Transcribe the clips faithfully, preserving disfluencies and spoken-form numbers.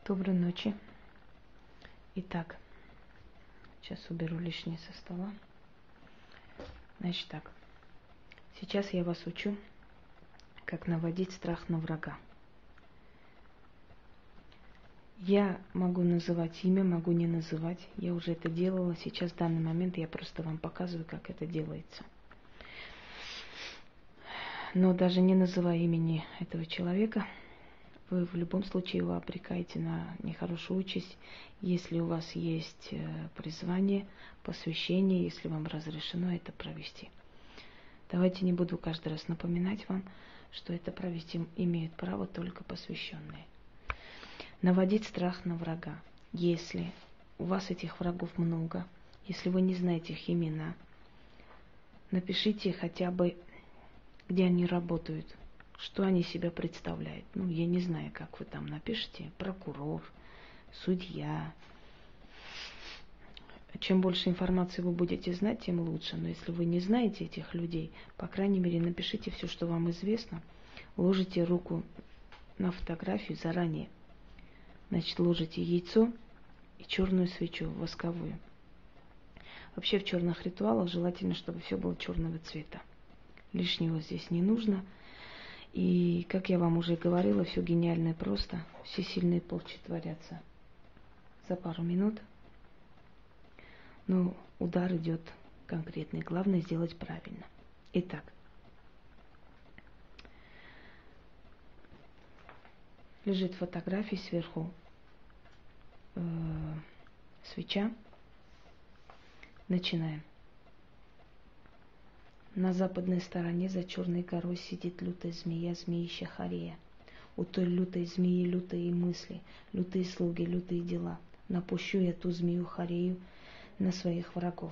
Доброй ночи. Итак, сейчас уберу лишнее со стола. Значит так, сейчас я вас учу, как наводить страх на врага. Я могу называть имя, могу не называть. Я уже это делала. Сейчас в данный момент я просто вам показываю, как это делается. Но даже не называя имени этого человека, вы в любом случае его обрекаете на нехорошую участь, если у вас есть призвание, посвящение, если вам разрешено это провести. Давайте не буду каждый раз напоминать вам, что это провести имеют право только посвященные. Наводить страх на врага. Если у вас этих врагов много, если вы не знаете их имена, напишите хотя бы, где они работают, что они себя представляют. Ну, я не знаю, как вы там напишите. Прокурор, судья. Чем больше информации вы будете знать, тем лучше. Но если вы не знаете этих людей, по крайней мере, напишите все, что вам известно. Ложите руку на фотографию заранее. Значит, ложите яйцо и черную свечу восковую. Вообще в черных ритуалах желательно, чтобы все было черного цвета. Лишнего здесь не нужно. И, как я вам уже говорила, все гениально и просто. Все сильные порчи творятся за пару минут. Но удар идет конкретный. Главное сделать правильно. Итак. Лежит фотография сверху. Э, свеча. Начинаем. На западной стороне за черной горой сидит лютая змея, змеища Харея. У той лютой змеи лютые мысли, лютые слуги, лютые дела. Напущу я ту змею Харею на своих врагов,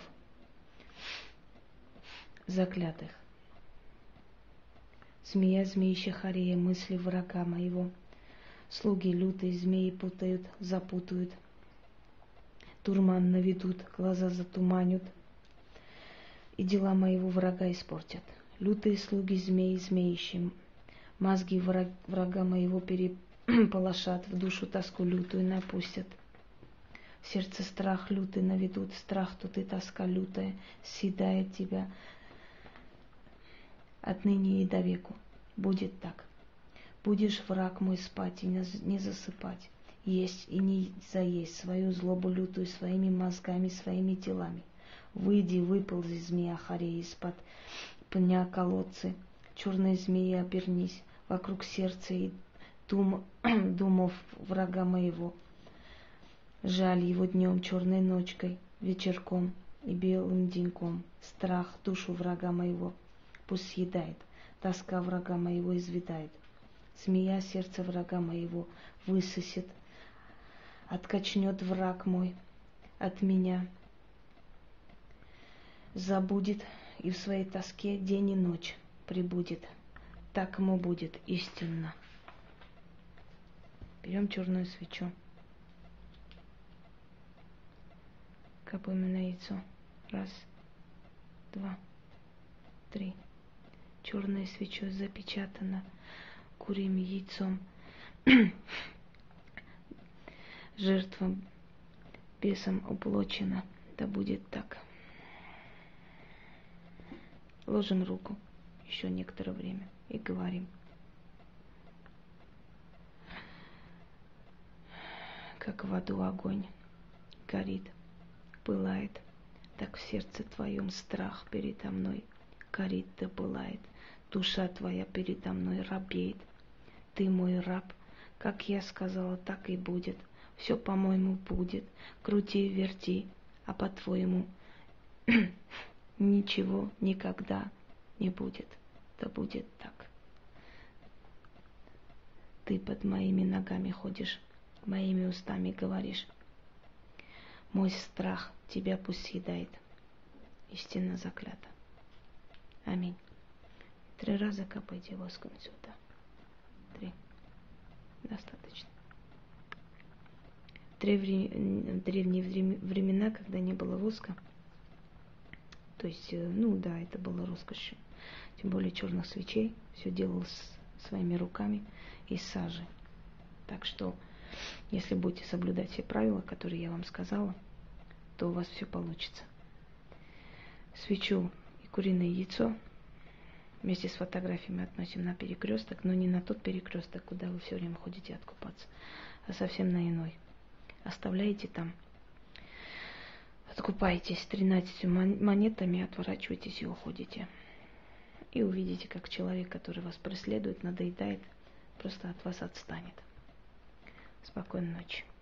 заклятых. Змея, змеища Харея, мысли врага моего. Слуги лютые змеи путают, запутают. Дурман наведут, глаза затуманят. И дела моего врага испортят. Лютые слуги змеи змеищим, мозги враг, врага моего переполошат, в душу тоску лютую напустят. В сердце страх лютый наведут, страх тут и тоска лютая съедает тебя отныне и до веку. Будет так. Будешь, враг мой, спать и не засыпать, есть и не заесть свою злобу лютую своими мозгами, своими делами. Выйди, выползи, змея Харея, из-под пня колодцы, черной змеи обернись, вокруг сердца и дум, думов врага моего. Жаль его днем, черной ночкой, вечерком и белым деньком. Страх душу врага моего пусть съедает, тоска врага моего изведает. Змея сердце врага моего высосет, откачнет враг мой от меня. Забудет и в своей тоске день и ночь прибудет. Так ему будет истинно. Берем черную свечу. Капаем на яйцо. Раз, два, три. Черной свечой запечатано курьим яйцом. Жертва бесом уплочена. Да будет так. Ложим руку еще некоторое время и говорим. Как в аду огонь горит, пылает, так в сердце твоем страх передо мной горит да пылает. Душа твоя передо мной робеет. Ты мой раб, как я сказала, так и будет. Все, по-моему, будет. Крути и верти, а по-твоему ничего никогда не будет. Да будет так. Ты под моими ногами ходишь, моими устами говоришь. Мой страх тебя пусть съедает. Истинно заклято. Аминь. Три раза капайте воском сюда. Три. Достаточно. В древние времена, когда не было воска, то есть, ну да, это было роскошью. Тем более черных свечей. Все делалось своими руками из сажи. Так что Если будете соблюдать все правила, которые я вам сказала, то у вас все получится. Свечу и куриное яйцо вместе с фотографиями относим на перекресток, но не на тот перекресток, куда вы все время ходите откупаться, а совсем на иной. Оставляете там, откупаетесь тринадцатью монетами, отворачиваетесь и уходите. И увидите, как человек, который вас преследует, надоедает, просто от вас отстанет. Спокойной ночи.